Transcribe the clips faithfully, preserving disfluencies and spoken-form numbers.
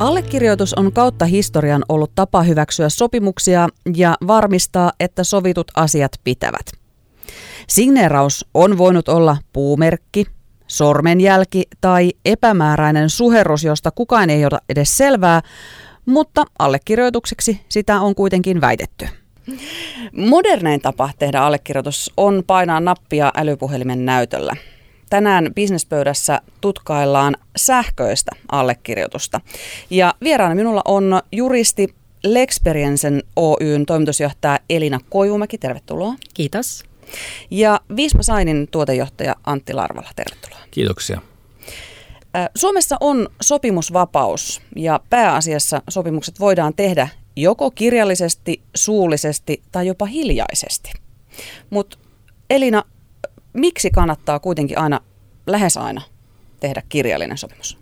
Allekirjoitus on kautta historian ollut tapa hyväksyä sopimuksia ja varmistaa, että sovitut asiat pitävät. Signeeraus on voinut olla puumerkki, sormenjälki tai epämääräinen suherrus, josta kukaan ei ota edes selvää, mutta allekirjoitukseksi sitä on kuitenkin väitetty. Modernein tapa tehdä allekirjoitus on painaa nappia älypuhelimen näytöllä. Tänään bisnespöydässä tutkaillaan sähköistä allekirjoitusta. Ja vieraana minulla on juristi Lexperiencen Oyn toimitusjohtaja Elina Koivumäki. Tervetuloa. Kiitos. Ja Visma Signin tuotejohtaja Antti Larvala. Tervetuloa. Kiitoksia. Suomessa on sopimusvapaus ja pääasiassa sopimukset voidaan tehdä joko kirjallisesti, suullisesti tai jopa hiljaisesti. Mutta Elina, miksi kannattaa kuitenkin aina, lähes aina, tehdä kirjallinen sopimus?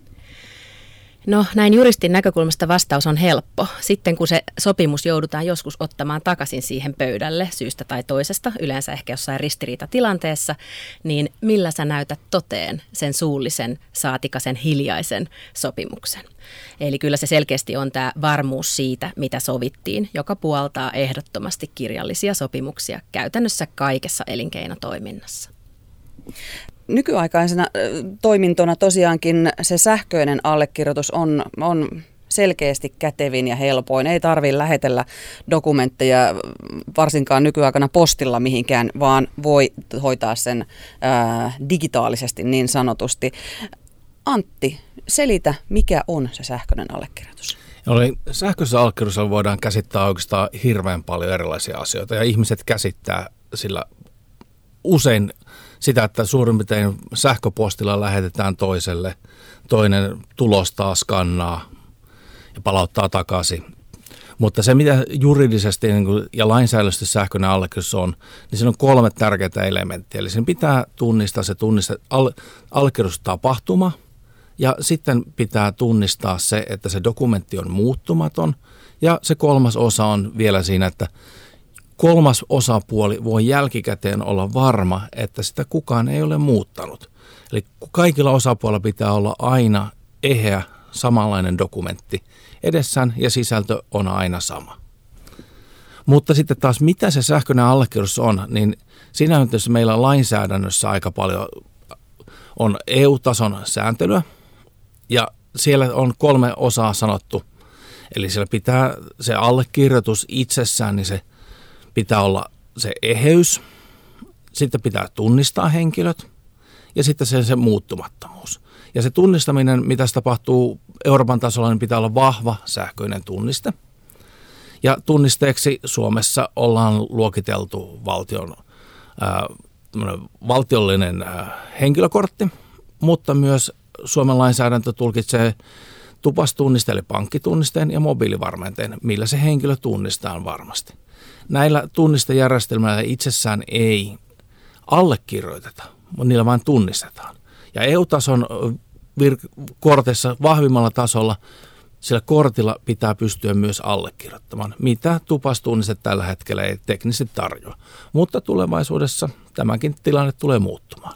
No näin juristin näkökulmasta vastaus on helppo. Sitten kun se sopimus joudutaan joskus ottamaan takaisin siihen pöydälle syystä tai toisesta, yleensä ehkä jossain ristiriitatilanteessa, niin millä sä näytät toteen sen suullisen, saatikasen, hiljaisen sopimuksen? Eli kyllä se selkeästi on tämä varmuus siitä, mitä sovittiin, joka puoltaa ehdottomasti kirjallisia sopimuksia käytännössä kaikessa elinkeinotoiminnassa. Nykyaikaisena toimintona tosiaankin se sähköinen allekirjoitus on, on selkeästi kätevin ja helpoin. Ei tarvitse lähetellä dokumentteja varsinkaan nykyaikana postilla mihinkään, vaan voi hoitaa sen ää, digitaalisesti niin sanotusti. Antti, selitä, mikä on se sähköinen allekirjoitus? Eli sähköisessä allekirjoituksella voidaan käsittää oikeastaan hirveän paljon erilaisia asioita ja ihmiset käsittää sillä usein sitä, että suurin piirtein sähköpostilla lähetetään toiselle, toinen tulostaa, skannaa ja palauttaa takaisin. Mutta se, mitä juridisesti ja lainsäädännöllisesti sähköinen allekirjoitus on, niin siinä on kolme tärkeää elementtiä. Eli sen pitää tunnistaa se tunnista, allekirjoitustapahtuma ja sitten pitää tunnistaa se, että se dokumentti on muuttumaton ja se kolmas osa on vielä siinä, että kolmas osapuoli voi jälkikäteen olla varma, että sitä kukaan ei ole muuttanut. Eli kaikilla osapuolilla pitää olla aina eheä, samanlainen dokumentti edessään ja sisältö on aina sama. Mutta sitten taas mitä se sähköinen allekirjoitus on, niin siinä yhteydessä meillä lainsäädännössä aika paljon on E U-tason sääntelyä ja siellä on kolme osaa sanottu. Eli siellä pitää se allekirjoitus itsessään, niin se pitää olla se eheys, sitten pitää tunnistaa henkilöt ja sitten se, se muuttumattomuus. Ja se tunnistaminen, mitä se tapahtuu Euroopan tasolla, niin pitää olla vahva sähköinen tunniste. Ja tunnisteeksi Suomessa ollaan luokiteltu valtion, ää, valtiollinen ää, henkilökortti, mutta myös Suomen lainsäädäntö tulkitsee tupastunniste eli pankkitunnisteen ja mobiilivarmenteen, millä se henkilö tunnistaa varmasti. Näillä tunnistajärjestelmillä itsessään ei allekirjoiteta, mutta niillä vain tunnistetaan. Ja E U-tason vir- kortissa vahvimmalla tasolla sillä kortilla pitää pystyä myös allekirjoittamaan, mitä tupastunniste tällä hetkellä ei teknisesti tarjoa. Mutta tulevaisuudessa tämäkin tilanne tulee muuttumaan.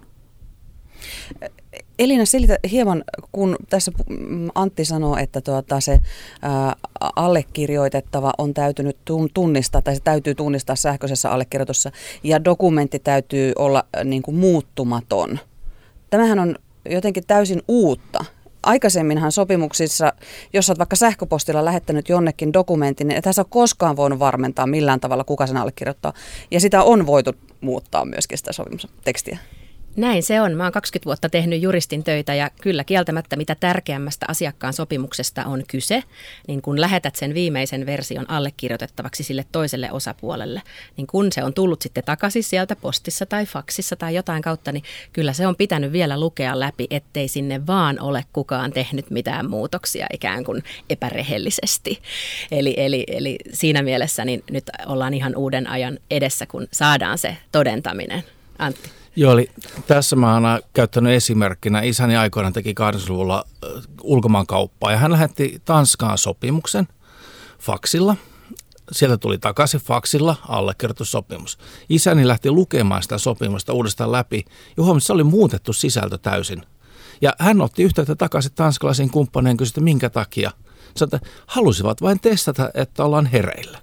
Elina, selitä hieman, kun tässä Antti sanoo, että tuota, se ää, allekirjoitettava on täytynyt tunnistaa, tai se täytyy tunnistaa sähköisessä allekirjoitussa, ja dokumentti täytyy olla ää, niin kuin muuttumaton. Tämähän on jotenkin täysin uutta. Aikaisemminhan sopimuksissa, jos olet vaikka sähköpostilla lähettänyt jonnekin dokumentin, niin et sä ole koskaan voinut varmentaa millään tavalla, kuka sen allekirjoittaa, ja sitä on voitu muuttaa myöskin sitä sopimustekstiä. Näin se on. Mä oon kaksikymmentä vuotta tehnyt juristin töitä ja kyllä kieltämättä mitä tärkeämmästä asiakkaan sopimuksesta on kyse, niin kun lähetät sen viimeisen version allekirjoitettavaksi sille toiselle osapuolelle, niin kun se on tullut sitten takaisin sieltä postissa tai faksissa tai jotain kautta, niin kyllä se on pitänyt vielä lukea läpi, ettei sinne vaan ole kukaan tehnyt mitään muutoksia ikään kuin epärehellisesti. Eli, eli, eli siinä mielessä niin nyt ollaan ihan uuden ajan edessä, kun saadaan se todentaminen. Antti. Joo, eli tässä mä oon käyttänyt esimerkkinä. Isäni aikoinaan teki kahdeksankymmentäluvulla ulkomaankauppaa ja hän lähetti Tanskaan sopimuksen faksilla. Sieltä tuli takaisin faksilla allekirjoitussopimus. Isäni lähti lukemaan sitä sopimusta uudestaan läpi ja huomasi, että se oli muutettu sisältö täysin. Ja hän otti yhteyttä takaisin tanskalaisiin kumppaneihin ja kysyi, minkä takia Sanotaan, että halusivat vain testata, että ollaan hereillä.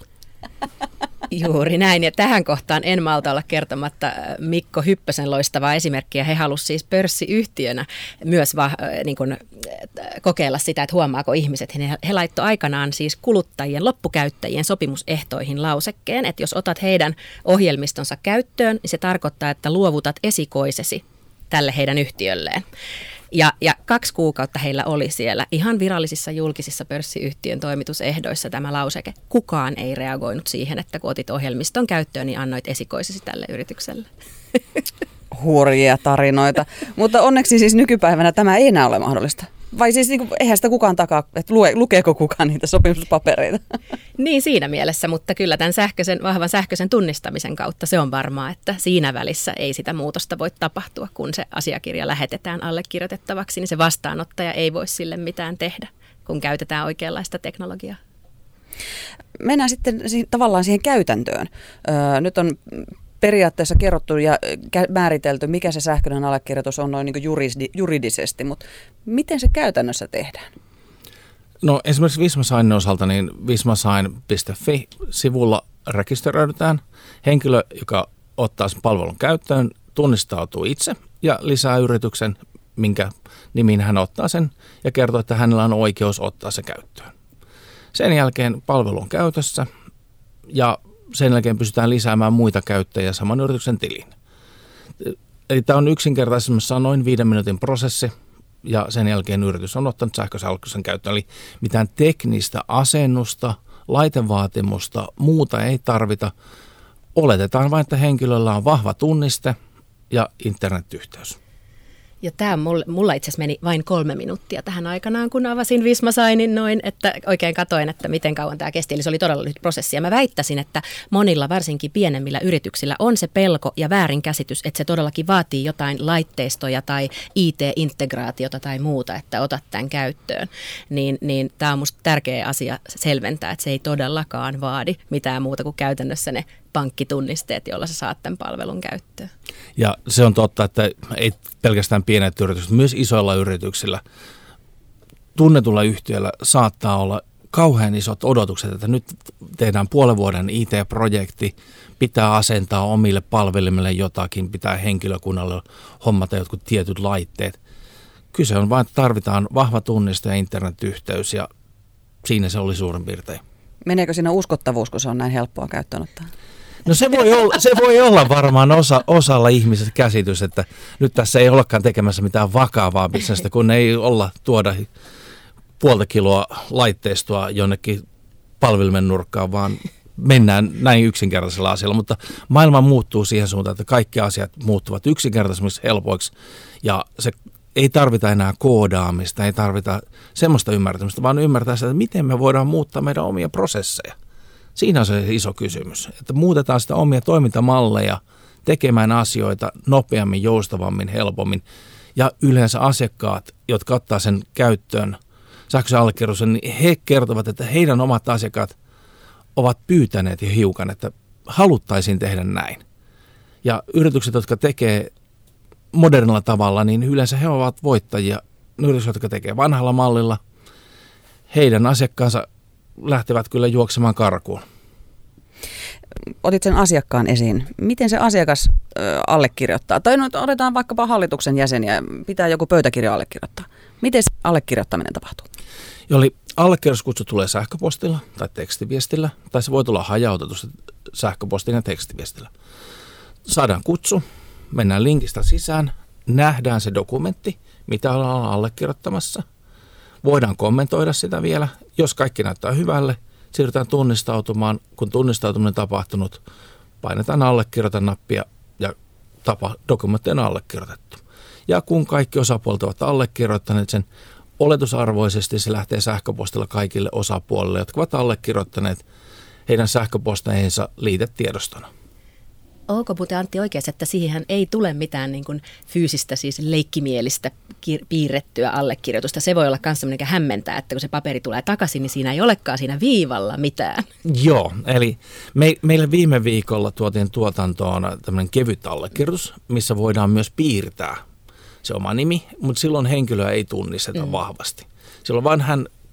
Juuri näin, ja tähän kohtaan en malta olla kertomatta Mikko Hyppösen loistavaa esimerkkiä. He halusivat siis pörssiyhtiönä myös va, niin kuin, kokeilla sitä, että huomaako ihmiset. He, he laittoi aikanaan siis kuluttajien, loppukäyttäjien sopimusehtoihin lausekkeen, että jos otat heidän ohjelmistonsa käyttöön, niin se tarkoittaa, että luovutat esikoisesi tälle heidän yhtiölleen. Ja, ja kaksi kuukautta heillä oli siellä ihan virallisissa julkisissa pörssiyhtiön toimitusehdoissa tämä lauseke. Kukaan ei reagoinut siihen, että kun otit ohjelmiston käyttöön, niin annoit esikoisesi tälle yritykselle. Hurjia tarinoita. Mutta onneksi siis nykypäivänä tämä ei enää ole mahdollista. Vai siis niin kuin, eihän sitä kukaan takaa, että lue, lukeeko kukaan niitä sopimuspapereita? Niin siinä mielessä, mutta kyllä tämän sähköisen, vahvan sähköisen tunnistamisen kautta se on varmaa, että siinä välissä ei sitä muutosta voi tapahtua, kun se asiakirja lähetetään allekirjoitettavaksi, niin se vastaanottaja ei voi sille mitään tehdä, kun käytetään oikeanlaista teknologiaa. Mennään sitten tavallaan siihen käytäntöön. Öö, nyt on periaatteessa kerrottu ja määritelty, mikä se sähköinen allekirjoitus on noin niin kuin juridi, juridisesti, mutta miten se käytännössä tehdään? No esimerkiksi Vismasignin osalta, niin vismasign piste fi-sivulla rekisteröidytään. Henkilö, joka ottaa sen palvelun käyttöön, tunnistautuu itse ja lisää yrityksen, minkä nimiin hän ottaa sen ja kertoo, että hänellä on oikeus ottaa se käyttöön. Sen jälkeen palvelu on käytössä ja sen jälkeen pystytään lisäämään muita käyttäjiä saman yrityksen tiliin. Eli tämä on yksinkertaisemmassa noin viiden minuutin prosessi ja sen jälkeen yritys on ottanut sähköisen allekirjoituksen käyttöön. Eli mitään teknistä asennusta, laitevaatimusta, muuta ei tarvita. Oletetaan vain, että henkilöllä on vahva tunniste ja internetyhteys. Ja tämä mulla, mulla itse asiassa meni vain kolme minuuttia tähän aikanaan, kun avasin Vismasignin noin, että oikein katoin, että miten kauan tämä kesti. Eli se oli todella lyhyt prosessi. Ja mä väittäisin, että monilla, varsinkin pienemmillä yrityksillä, on se pelko ja väärinkäsitys, että se todellakin vaatii jotain laitteistoja tai I T-integraatiota tai muuta, että otat tämän käyttöön. Niin, niin tämä on musta tärkeä asia selventää, että se ei todellakaan vaadi mitään muuta kuin käytännössä ne pankkitunnisteet, joilla sä saat tämän palvelun käyttöön. Ja se on totta, että ei pelkästään pienet yritykset, myös isoilla yrityksillä, tunnetulla yhtiöllä saattaa olla kauhean isot odotukset, että nyt tehdään puolen vuoden I T-projekti, pitää asentaa omille palvelimille jotakin, pitää henkilökunnalle hommata jotkut tietyt laitteet. Kyse on vain, että tarvitaan vahva tunniste ja internetyhteys ja siinä se oli suurin piirtein. Meneekö siinä uskottavuus, kun se on näin helppoa käyttöönottaa? No se voi olla, se voi olla varmaan osa, osalla ihmisistä käsitys, että nyt tässä ei olekaan tekemässä mitään vakavaa bisnestä, kun ei olla tuoda puolta kiloa laitteistoa jonnekin palvelimen nurkkaan, vaan mennään näin yksinkertaisella asialla. Mutta maailma muuttuu siihen suuntaan, että kaikki asiat muuttuvat yksinkertaisemmiksi, helpoiksi ja se ei tarvita enää koodaamista, ei tarvita semmoista ymmärtämistä, vaan ymmärtää sitä, että miten me voidaan muuttaa meidän omia prosesseja. Siinä on se iso kysymys, että muutetaan sitä omia toimintamalleja tekemään asioita nopeammin, joustavammin, helpommin. Ja yleensä asiakkaat, jotka ottaa sen käyttöön sähköisen allekirjoituksen, niin he kertovat, että heidän omat asiakkaat ovat pyytäneet jo hiukan, että haluttaisiin tehdä näin. Ja yritykset, jotka tekee modernilla tavalla, niin yleensä he ovat voittajia. Yritykset, jotka tekee vanhalla mallilla, heidän asiakkaansa lähtevät kyllä juoksemaan karkuun. Otit sen asiakkaan esiin. Miten se asiakas ö, allekirjoittaa? Tai no, otetaan vaikkapa hallituksen jäseniä, pitää joku pöytäkirja allekirjoittaa. Miten se allekirjoittaminen tapahtuu? Eli allekirjoituskutsu tulee sähköpostilla tai tekstiviestillä, tai se voi tulla hajautetusti sähköpostin ja tekstiviestillä. Saadaan kutsu, mennään linkistä sisään, nähdään se dokumentti, mitä ollaan allekirjoittamassa. Voidaan kommentoida sitä vielä. Jos kaikki näyttää hyvälle, siirrytään tunnistautumaan. Kun tunnistautuminen on tapahtunut, painetaan allekirjoita-nappia ja tapa, dokumentti on allekirjoitettu. Ja kun kaikki osapuolet ovat allekirjoittaneet sen, oletusarvoisesti se lähtee sähköpostilla kaikille osapuolille, jotka ovat allekirjoittaneet heidän sähköposteihinsa liitetiedostona. Onko muuten Antti oikeassa, että siihen ei tule mitään niin kuin fyysistä, siis leikkimielistä piirrettyä allekirjoitusta? Se voi olla myös sellainen, mikä hämmentää, että kun se paperi tulee takaisin, niin siinä ei olekaan siinä viivalla mitään. Joo, eli me, meille viime viikolla tuotiin tuotantoon tämmöinen kevyt allekirjoitus, missä voidaan myös piirtää se oma nimi, mutta silloin henkilöä ei tunnisteta mm. vahvasti. Silloin vain hän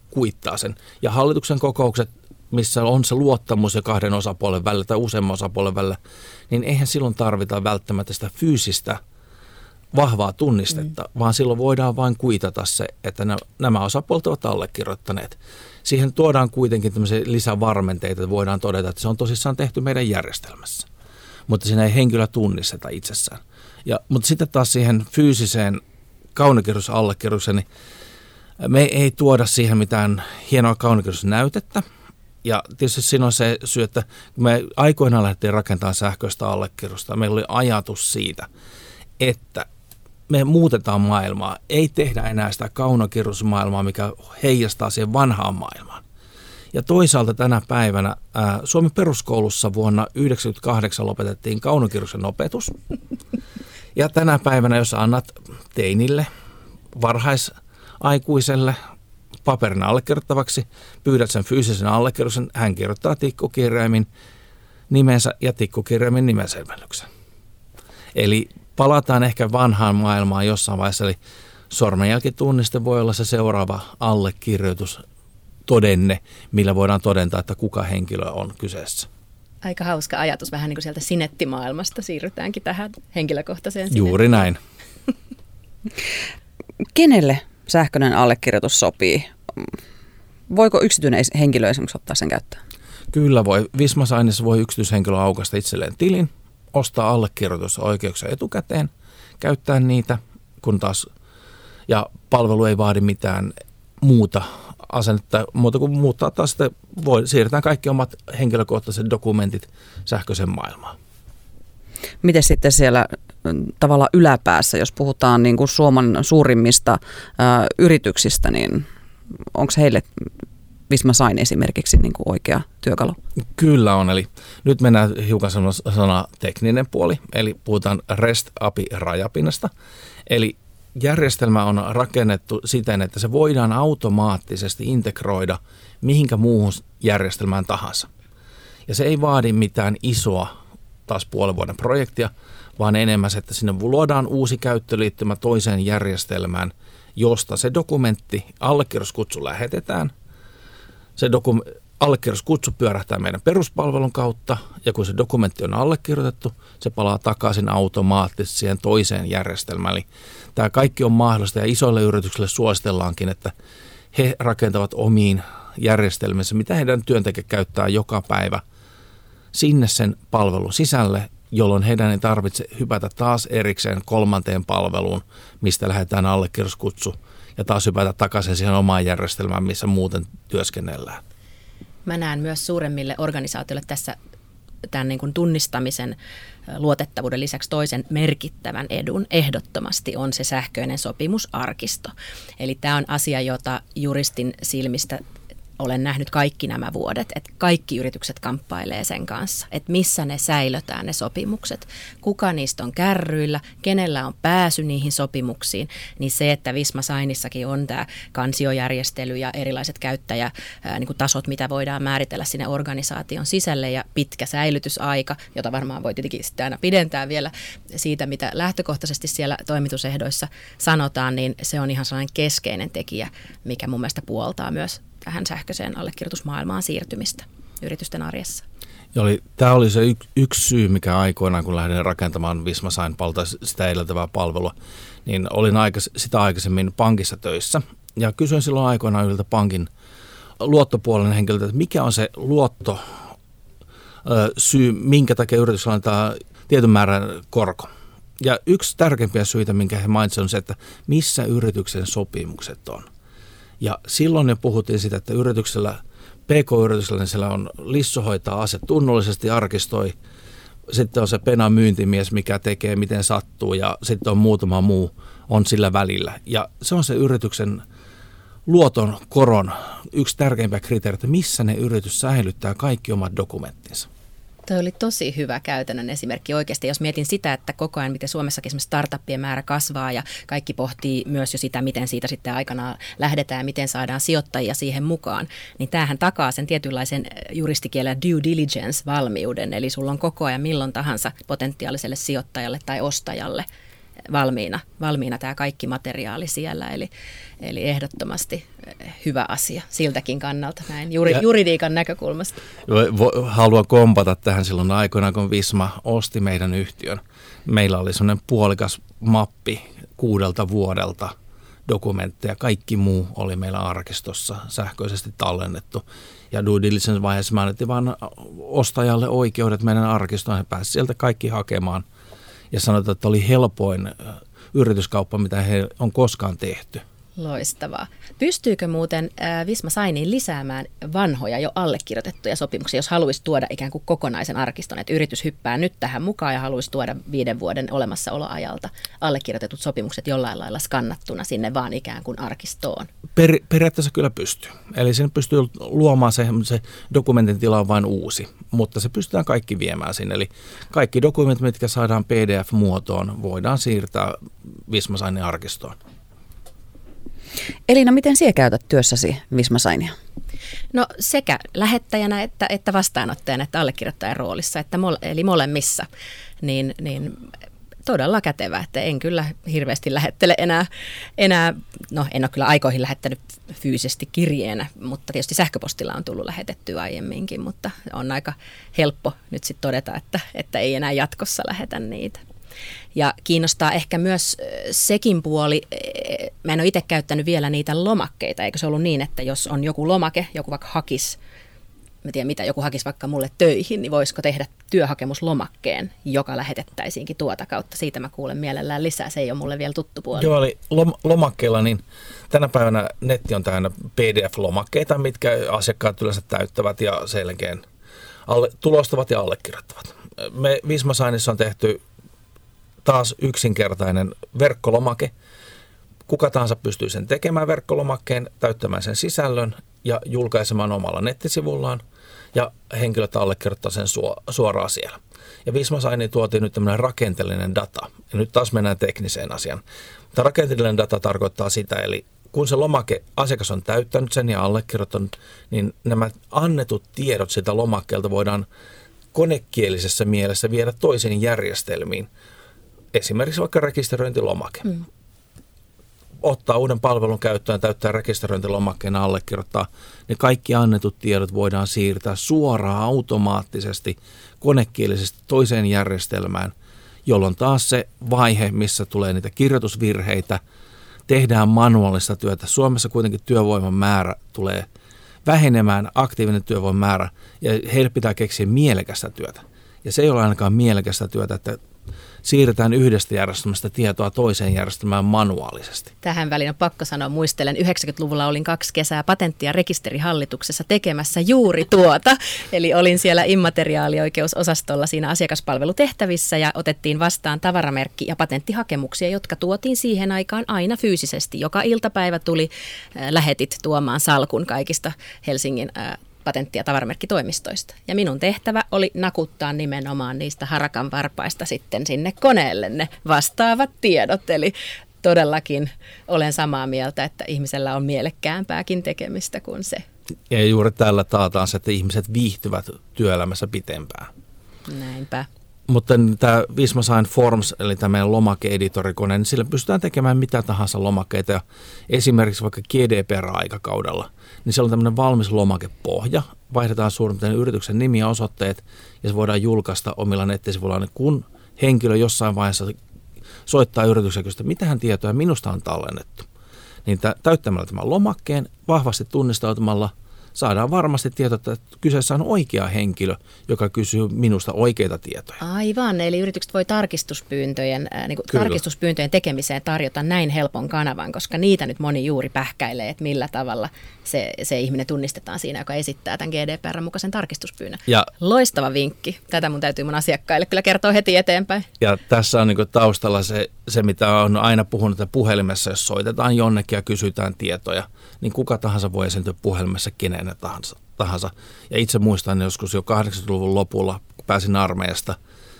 kuittaa sen. Ja hallituksen kokoukset, missä on se luottamus ja kahden osapuolen välillä tai useamman osapuolen välillä, niin eihän silloin tarvita välttämättä sitä fyysistä vahvaa tunnistetta, mm. vaan silloin voidaan vain kuitata se, että nämä osapuolet ovat allekirjoittaneet. Siihen tuodaan kuitenkin tämmöisiä lisävarmenteita, että voidaan todeta, että se on tosissaan tehty meidän järjestelmässä. Mutta siinä ei henkilö tunnisteta itsessään. Ja, mutta sitten taas siihen fyysiseen kaunokirjoitusallekirjoitukseen, niin me ei tuoda siihen mitään hienoa kaunokirjoitusnäytettä. Ja tietysti siinä on se syy, että kun me aikoinaan lähdettiin rakentamaan sähköistä allekirjoitusta, meillä oli ajatus siitä, että me muutetaan maailmaa, ei tehdä enää sitä kaunokirjoitusmaailmaa, mikä heijastaa siihen vanhaan maailmaan. Ja toisaalta tänä päivänä ää, Suomen peruskoulussa vuonna yhdeksänkymmentäkahdeksan lopetettiin kaunokirjoituksen opetus. Ja tänä päivänä, jos annat teinille, varhaisaikuiselle paperina allekirjoittavaksi, pyydät sen fyysisen allekirjoituksen, hän kirjoittaa tikkukirjaimin nimensä ja tikkukirjaimin nimenselvennyksen. Eli palataan ehkä vanhaan maailmaan jossain vaiheessa, eli sormenjälkitunniste voi olla se seuraava allekirjoitus, todenne, millä voidaan todentaa, että kuka henkilö on kyseessä. Aika hauska ajatus, vähän niin kuin sieltä sinettimaailmasta siirrytäänkin tähän henkilökohtaiseen sinettiin. Juuri näin. Kenelle sähköinen allekirjoitus sopii? Voiko yksityinen henkilö esimerkiksi ottaa sen käyttöön? Kyllä voi. Visma Signissa voi yksityishenkilö aukaista itselleen tilin, ostaa allekirjoitusoikeuksia etukäteen, käyttää niitä, kun taas, ja palvelu ei vaadi mitään muuta asennetta, muuta kuin muuttaa taas sitten, voi, siirretään kaikki omat henkilökohtaiset dokumentit sähköisen maailmaan. Miten sitten siellä tavallaan yläpäässä, jos puhutaan niin kuin Suomen suurimmista ää, yrityksistä, niin onko heille Visma Sign esimerkiksi niin kuin oikea työkalu? Kyllä on, eli nyt mennään hiukan sana tekninen puoli, eli puhutaan REST A P I-rajapinnasta, eli järjestelmä on rakennettu siten, että se voidaan automaattisesti integroida mihinkä muuhun järjestelmään tahansa. Ja se ei vaadi mitään isoa taas puolen vuoden projektia, vaan enemmän se, että sinne luodaan uusi käyttöliittymä toiseen järjestelmään, josta se dokumentti, allekirjoituskutsu lähetetään. Se dokum- allekirjoituskutsu pyörähtää meidän peruspalvelun kautta, ja kun se dokumentti on allekirjoitettu, se palaa takaisin automaattisesti siihen toiseen järjestelmään. Eli tämä kaikki on mahdollista, ja isoille yrityksille suositellaankin, että he rakentavat omiin järjestelmissä, mitä heidän työntekijät käyttää joka päivä, sinne sen palvelun sisälle, jolloin heidän ei tarvitse hypätä taas erikseen kolmanteen palveluun, mistä lähdetään allekirjoituskutsu, ja taas hypätä takaisin siihen omaan järjestelmään, missä muuten työskennellään. Mä näen myös suuremmille organisaatioille tässä tämän niin kuin tunnistamisen luotettavuuden lisäksi toisen merkittävän edun ehdottomasti on se sähköinen sopimusarkisto. Eli tämä on asia, jota juristin silmistä olen nähnyt kaikki nämä vuodet, että kaikki yritykset kamppailee sen kanssa, että missä ne säilötään ne sopimukset, kuka niistä on kärryillä, kenellä on pääsy niihin sopimuksiin, niin se, että Visma Signissakin on tämä kansiojärjestely ja erilaiset käyttäjätasot, mitä voidaan määritellä sinne organisaation sisälle ja pitkä säilytysaika, jota varmaan voi tietenkin sitten aina pidentää vielä siitä, mitä lähtökohtaisesti siellä toimitusehdoissa sanotaan, niin se on ihan sellainen keskeinen tekijä, mikä mun mielestä puoltaa myös tähän sähköiseen allekirjoitusmaailmaan siirtymistä yritysten arjessa. Oli, tämä oli se yksi, yksi syy, mikä aikoinaan, kun lähdin rakentamaan Visma Sign palta sitä edeltävää palvelua, niin olin aikais, sitä aikaisemmin pankissa töissä. Ja kysyin silloin aikoinaan yhdeltä pankin luottopuolen henkilöltä, että mikä on se luotto ö, syy, minkä takia yritys antaa tietyn määrän korko. Ja yksi tärkeimpiä syitä, minkä he mainitsivat, on se, että missä yrityksen sopimukset on. Ja silloin jo puhuttiin sitä, että yrityksellä, P K-yrityksellä, niin siellä on Lissu hoitaa aset tunnollisesti, arkistoi. Sitten on se Pena myyntimies, mikä tekee, miten sattuu, ja sitten on muutama muu on sillä välillä. Ja se on se yrityksen luoton koron yksi tärkeimpiä kriteereitä, missä ne yritys säilyttää kaikki omat dokumenttinsa. Tuo oli tosi hyvä käytännön esimerkki oikeasti, jos mietin sitä, että koko ajan miten Suomessakin esimerkiksi startuppien määrä kasvaa ja kaikki pohtii myös jo sitä, miten siitä sitten aikanaan lähdetään ja miten saadaan sijoittajia siihen mukaan, niin tämähän takaa sen tietynlaisen juristikielellä due diligence-valmiuden, eli sulla on koko ajan milloin tahansa potentiaaliselle sijoittajalle tai ostajalle valmiina, valmiina tämä kaikki materiaali siellä. Eli, eli ehdottomasti hyvä asia siltäkin kannalta näin juri, juridiikan näkökulmasta. Haluan kompata tähän silloin aikoinaan, kun Visma osti meidän yhtiön. Meillä oli sellainen puolikas mappi kuudelta vuodelta dokumentteja. Kaikki muu oli meillä arkistossa sähköisesti tallennettu. Ja due diligence vaiheessa me annettiin vaan ostajalle oikeudet meidän arkistoon. He pääsivät sieltä kaikki hakemaan. Ja sanotaan, että oli helpoin yrityskauppa, mitä he on koskaan tehty. Loistavaa. Pystyykö muuten Visma Signiin lisäämään vanhoja jo allekirjoitettuja sopimuksia, jos haluaisi tuoda ikään kuin kokonaisen arkiston, että yritys hyppää nyt tähän mukaan ja haluaisi tuoda viiden vuoden olemassaoloajalta allekirjoitetut sopimukset jollain lailla skannattuna sinne vaan ikään kuin arkistoon? Per, periaatteessa kyllä pystyy. Eli sen pystyy luomaan se, se dokumentin tila on vain uusi, mutta se pystytään kaikki viemään sinne. Eli kaikki dokumentit, mitkä saadaan P D F-muotoon, voidaan siirtää Visma Signin arkistoon. Elina, miten sinä käytät työssäsi Visma Signia? No sekä lähettäjänä että, että vastaanottajana että allekirjoittajan roolissa, että mole, eli molemmissa, niin, niin todella kätevä, että en kyllä hirveästi lähettele enää, enää, no en ole kyllä aikoihin lähettänyt fyysisesti kirjeenä, mutta tietysti sähköpostilla on tullut lähetettyä aiemminkin, mutta on aika helppo nyt sitten todeta, että, että ei enää jatkossa lähetä niitä. Ja kiinnostaa ehkä myös sekin puoli, mä en ole itse käyttänyt vielä niitä lomakkeita, eikö se ollut niin, että jos on joku lomake, joku vaikka hakisi, mä tiedän mitä, joku hakisi vaikka mulle töihin, niin voisiko tehdä työhakemuslomakkeen, joka lähetettäisiinkin tuota kautta. Siitä mä kuulen mielellään lisää, se ei ole mulle vielä tuttu puoli. Joo, eli lom- lomakkeilla, niin tänä päivänä netti on täynnä P D F-lomakkeita, mitkä asiakkaat yleensä täyttävät ja selkeän alle- tulostavat ja allekirjoittavat. Me Visma Signissa on tehty taas yksinkertainen verkkolomake. Kuka tahansa pystyy sen tekemään verkkolomakkeen, täyttämään sen sisällön ja julkaisemaan omalla nettisivullaan. Ja henkilöt allekirjoittaa sen suoraan siellä. Ja Visma Signiin tuotiin nyt tämmöinen rakenteellinen data. Ja nyt taas mennään tekniseen asiaan. Tämä rakenteellinen data tarkoittaa sitä, eli kun se lomake asiakas on täyttänyt sen ja allekirjoittanut, niin nämä annetut tiedot sitä lomakkeelta voidaan konekielisessä mielessä viedä toisiin järjestelmiin. Esimerkiksi vaikka rekisteröintilomake. Mm. Ottaa uuden palvelun käyttöön, täyttää rekisteröintilomakkeen ja allekirjoittaa, niin kaikki annetut tiedot voidaan siirtää suoraan automaattisesti konekielisesti toiseen järjestelmään, jolloin taas se vaihe, missä tulee niitä kirjoitusvirheitä, tehdään manuaalista työtä. Suomessa kuitenkin työvoiman määrä tulee vähenemään, aktiivinen työvoiman määrä, ja heille pitää keksiä mielekästä työtä. Ja se ei ole ainakaan mielekästä työtä, että siirretään yhdestä järjestelmästä tietoa toiseen järjestelmään manuaalisesti. Tähän väliin on pakko sanoa, muistelen, yhdeksänkymmentäluvulla olin kaksi kesää patentti- ja rekisterihallituksessa tekemässä juuri tuota. Eli olin siellä immateriaalioikeusosastolla siinä asiakaspalvelutehtävissä ja otettiin vastaan tavaramerkki- ja patenttihakemuksia, jotka tuotiin siihen aikaan aina fyysisesti. Joka iltapäivä tuli, äh, lähetit tuomaan salkun kaikista Helsingin äh, patentti- ja tavaramerkkitoimistoista. Ja minun tehtävä oli nakuttaa nimenomaan niistä harakan varpaista sitten sinne koneelle ne vastaavat tiedot. Eli todellakin olen samaa mieltä, että ihmisellä on mielekkäämpääkin tekemistä kuin se. Ja juuri tällä taataan se, että ihmiset viihtyvät työelämässä pitempään. Näinpä. Mutta tämä Visma Sign Forms, eli tämä meidän lomake-editorikone, niin sillä pystytään tekemään mitä tahansa lomakkeita. Ja esimerkiksi vaikka G D P R-aikakaudella, niin siellä on tämmöinen valmis lomakepohja. Vaihdetaan suurin piirtein yrityksen nimi ja osoitteet, ja se voidaan julkaista omilla nettisivuillaan. Niin kun henkilö jossain vaiheessa soittaa yrityksen, että mitähän tietoja minusta on tallennettu, niin täyttämällä tämän lomakkeen, vahvasti tunnistautumalla, saadaan varmasti tietoa, että kyseessä on oikea henkilö, joka kysyy minusta oikeita tietoja. Aivan, eli yritykset voi tarkistuspyyntöjen, äh, niin kuin tarkistuspyyntöjen tekemiseen tarjota näin helpon kanavan, koska niitä nyt moni juuri pähkäilee, että millä tavalla se, se ihminen tunnistetaan siinä, joka esittää tämän G D P R:n mukaisen tarkistuspyynnön. Ja, loistava vinkki. Tätä mun täytyy mun asiakkaille kyllä kertoa heti eteenpäin. Ja tässä on niin kuin taustalla se, se, mitä on aina puhunut, että puhelimessa, jos soitetaan jonnekin ja kysytään tietoja, niin kuka tahansa voi esiintyä puhelimessa kenenä tahansa. tahansa. Ja itse muistan joskus jo kahdeksankymmentäluvun lopulla, kun pääsin armeijasta,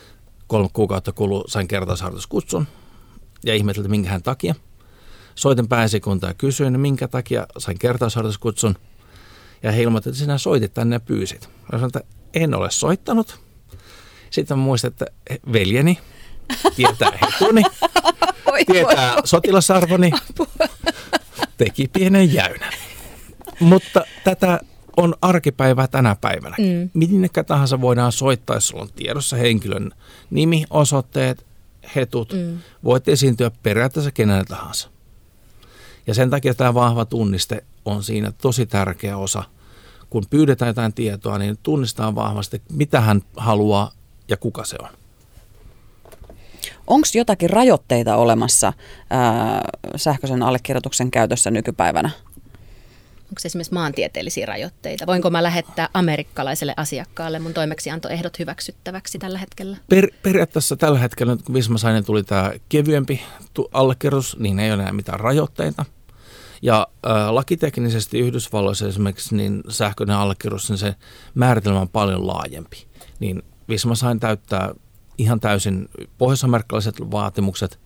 kolme kuukautta kului, sain kertausharjoituskutsun ja ihmettelin, että minkähän takia. Soitin pääesikuntaan ja kysyin, minkä takia sain kertausharjoituskutsun. Ja he ilmoittivat, että sinä soitit tänne ja pyysit. Ja sanoin, että en ole soittanut. Sitten mä muistin, että veljeni tietää hetuni. tietää sotilasarvoni, teki pienen jäynän. Mutta tätä on arkipäivää tänä päivänä. Mm. Minnekä tahansa voidaan soittaa, jos sulla on tiedossa henkilön nimi, osoitteet, hetut. Mm. Voit esiintyä periaatteessa kenelle tahansa. Ja sen takia tämä vahva tunniste on siinä tosi tärkeä osa. Kun pyydetään jotain tietoa, niin tunnistaa vahvasti, mitä hän haluaa ja kuka se on. Onko jotakin rajoitteita olemassa ää, sähköisen allekirjoituksen käytössä nykypäivänä? Onko esimerkiksi maantieteellisiä rajoitteita? Voinko mä lähettää amerikkalaiselle asiakkaalle mun toimeksiantoehdot hyväksyttäväksi tällä hetkellä? Per, periaatteessa tällä hetkellä, kun Visma-Sainen tuli tämä kevyempi allekirjoitus, niin ei ole enää mitään rajoitteita. Ja ä, lakiteknisesti Yhdysvalloissa esimerkiksi niin sähköinen allekirjoitus, niin se määritelmä on paljon laajempi. Niin Visma-Sain täyttää ihan täysin pohjois-amerikkalaiset vaatimukset.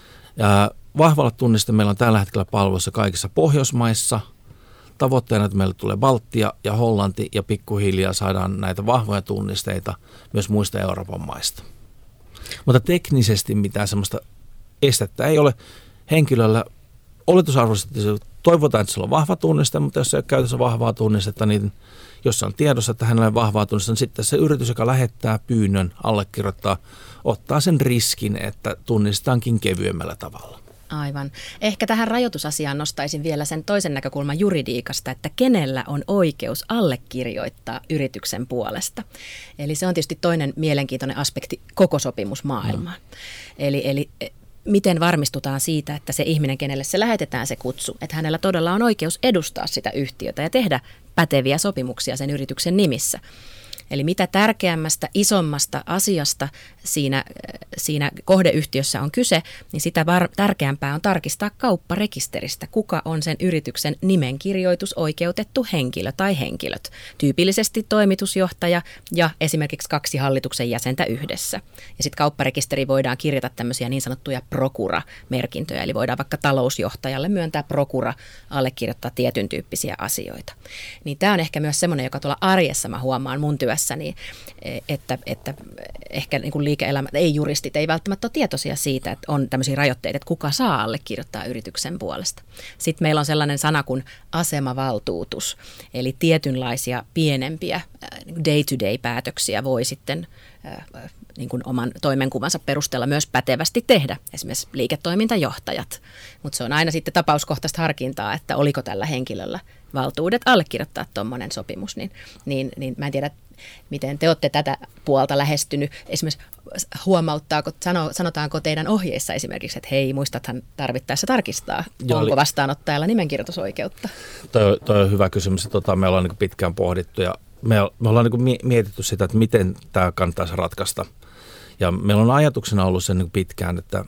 Ja vahvalla tunniste meillä on tällä hetkellä palvelussa kaikissa Pohjoismaissa. Tavoitteena, että meille tulee Baltia ja Hollanti ja pikkuhiljaa saadaan näitä vahvoja tunnisteita myös muista Euroopan maista. Mutta teknisesti mitään sellaista estettä ei ole henkilöllä. Oletusarvoisesti toivotaan, että sillä on vahva tunniste, mutta jos ei ole käytössä vahvaa tunnistetta, niin jos on tiedossa, että hänellä on vahvaa tunnistetta, niin sitten se yritys, joka lähettää pyynnön, allekirjoittaa, ottaa sen riskin, että tunnistetaankin kevyemmällä tavalla. Aivan. Ehkä tähän rajoitusasiaan nostaisin vielä sen toisen näkökulman juridiikasta, että kenellä on oikeus allekirjoittaa yrityksen puolesta. Eli se on tietysti toinen mielenkiintoinen aspekti koko sopimusmaailmaan. Mm. Eli, eli miten varmistutaan siitä, että se ihminen, kenelle se lähetetään se kutsu, että hänellä todella on oikeus edustaa sitä yhtiötä ja tehdä päteviä sopimuksia sen yrityksen nimissä. Eli mitä tärkeämmästä, isommasta asiasta siinä, siinä kohdeyhtiössä on kyse, niin sitä var- tärkeämpää on tarkistaa kaupparekisteristä, kuka on sen yrityksen nimenkirjoitusoikeutettu henkilö tai henkilöt. Tyypillisesti toimitusjohtaja ja esimerkiksi kaksi hallituksen jäsentä yhdessä. Ja sitten kaupparekisteri voidaan kirjata tämmöisiä niin sanottuja prokura-merkintöjä, eli voidaan vaikka talousjohtajalle myöntää prokura allekirjoittaa tietyn tyyppisiä asioita. Niin tämä on ehkä myös semmoinen, joka tuolla arjessa mä huomaan mun työssä, niin, että, että ehkä niin kuin liike-elämä, ei juristit, ei välttämättä ole tietoisia siitä, että on tämmöisiä rajoitteita, että kuka saa allekirjoittaa yrityksen puolesta. Sitten meillä on sellainen sana kuin asemavaltuutus, eli tietynlaisia pienempiä day-to-day-päätöksiä voi sitten niin kuin oman toimenkuvansa perusteella myös pätevästi tehdä, esimerkiksi liiketoimintajohtajat. Mutta se on aina sitten tapauskohtaista harkintaa, että oliko tällä henkilöllä valtuudet allekirjoittaa tuommoinen sopimus, niin, niin, niin mä en tiedä, miten te olette tätä puolta lähestynyt. Esimerkiksi huomauttaako, sano, sanotaanko teidän ohjeissa esimerkiksi, että hei, muistathan tarvittaessa tarkistaa, Joo, onko vastaanottajalla nimenkirjoitusoikeutta? Toi, toi on hyvä kysymys. Tota, me ollaan niin pitkään pohdittu ja me, me ollaan niin mietitty sitä, että miten tämä kannattaisi ratkaista. Ja meillä on ajatuksena ollut sen niin pitkään, että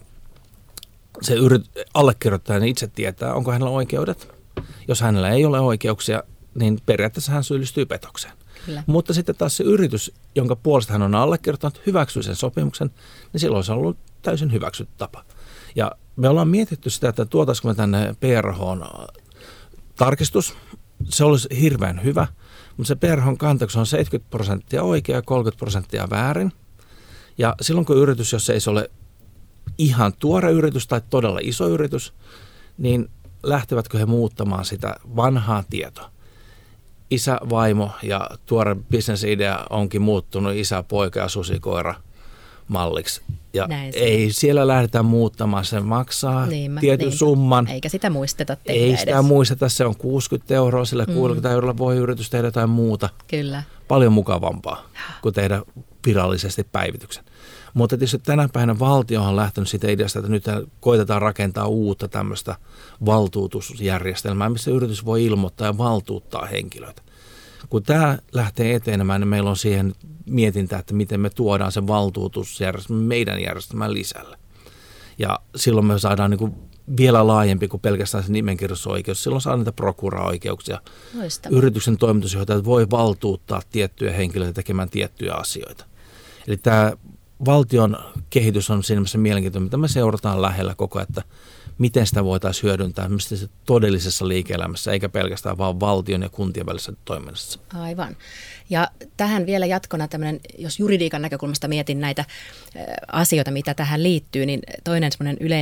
se yrit, allekirjoittaja itse tietää, onko hänellä oikeudet. Jos hänellä ei ole oikeuksia, niin periaatteessa hän syyllistyy petokseen. Kyllä. Mutta sitten taas se yritys, jonka puolesta hän on allekirjoittanut, hyväksyy sen sopimuksen, niin silloin se on ollut täysin hyväksytty tapa. Ja me ollaan mietitty sitä, että tuotaisiko me tänne P R H:n tarkistus. Se olisi hirveän hyvä, mutta se P R H:n kantaksi on seitsemänkymmentä prosenttia oikea ja kolmekymmentä prosenttia väärin. Ja silloin kun yritys, jos ei se ole ihan tuore yritys tai todella iso yritys, niin lähtevätkö he muuttamaan sitä vanhaa tietoa? Isä, vaimo ja tuore bisnesidea onkin muuttunut isä, poika ja susikoira malliksi. Ja ei siellä lähdetä muuttamaan, se maksaa niin, tietyn niin, summan. Eikä sitä muisteta tehdä Ei edes. sitä muisteta, se on kuusikymmentä euroa, sillä mm. kuusikymmentä eurolla voi yritys tehdä jotain muuta. Kyllä. Paljon mukavampaa kuin tehdä virallisesti päivityksen. Mutta tietysti tänä päivänä valtio on lähtenyt siitä ideasta, että nyt koitetaan rakentaa uutta tämmöistä valtuutusjärjestelmää, missä yritys voi ilmoittaa ja valtuuttaa henkilöitä. Kun tämä lähtee etenemään, niin meillä on siihen mietintä, että miten me tuodaan se valtuutusjärjestelmä meidän järjestelmän lisälle. Ja silloin me saadaan niin kuin vielä laajempi kuin pelkästään se nimenkirjoitusoikeus. Silloin saadaan niitä prokura-oikeuksia. Loistavaa. Yrityksen toimitusjohtajat voi valtuuttaa tiettyjä henkilöitä tekemään tiettyjä asioita. Eli tämä valtion kehitys on siinä mielessä mielenkiintoinen, mitä me seurataan lähellä koko ajan, että miten sitä voitaisiin hyödyntää se todellisessa liike-elämässä, eikä pelkästään vaan valtion ja kuntien välisessä toiminnassa. Aivan. Ja tähän vielä jatkona tämmöinen, jos juridiikan näkökulmasta mietin näitä asioita, mitä tähän liittyy, niin toinen semmoinen yleinen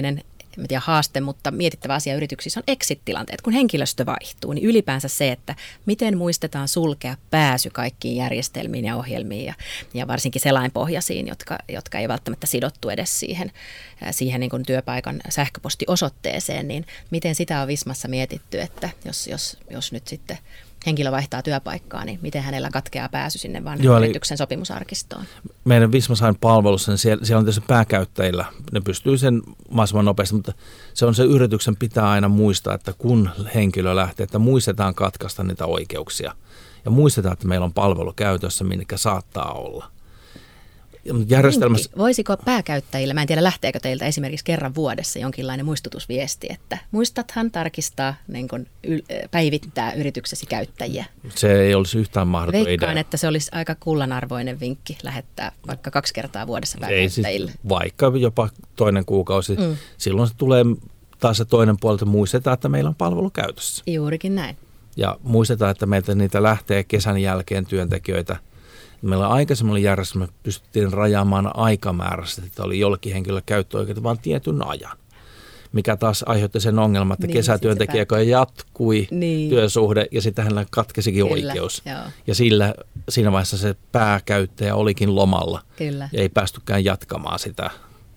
en tiedä haaste, mutta mietittävä asia yrityksissä on exit-tilanteet. Kun henkilöstö vaihtuu, niin ylipäänsä se, että miten muistetaan sulkea pääsy kaikkiin järjestelmiin ja ohjelmiin ja, ja varsinkin selainpohjaisiin, jotka, jotka ei välttämättä sidottu edes siihen, siihen niin kuin työpaikan sähköpostiosoitteeseen, niin miten sitä on Vismassa mietitty, että jos, jos, jos nyt sitten henkilö vaihtaa työpaikkaa, niin miten hänellä katkeaa pääsy sinne vanhan yrityksen sopimusarkistoon? Meidän Visma-Sign palvelussa, niin siellä, siellä on tietysti pääkäyttäjillä, ne pystyy sen mahdollisimman nopeasti, mutta se on se yrityksen pitää aina muistaa, että kun henkilö lähtee, että muistetaan katkaista niitä oikeuksia ja muistetaan, että meillä on palvelu käytössä, minkä saattaa olla. Järjestelmässä... Voisiko pääkäyttäjillä, mä en tiedä lähteekö teiltä esimerkiksi kerran vuodessa jonkinlainen muistutusviesti, että muistathan tarkistaa, niin kun yl- päivittää yrityksesi käyttäjiä? Se ei olisi yhtään mahdoton idea. Veikkaan, että se olisi aika kullanarvoinen vinkki lähettää vaikka kaksi kertaa vuodessa pääkäyttäjille. Ei siis, vaikka jopa toinen kuukausi. Mm. Silloin se tulee taas se toinen puoli, että muistetaan, että meillä on palvelu käytössä. Juurikin näin. Ja muistetaan, että meiltä niitä lähtee kesän jälkeen työntekijöitä. Meillä aikaisemmin järjestelmä pystyttiin rajaamaan aikamääräisesti, että oli jollekin henkilölle käyttöoikeudet vain tietyn ajan, mikä taas aiheutti sen ongelman, että niin, kesätyöntekijä jatkui niin. työsuhde ja sitten hänellä katkesikin Kyllä, oikeus. Joo. Ja sillä, siinä vaiheessa se pääkäyttäjä olikin lomalla Kyllä. ja ei päästykään jatkamaan sitä.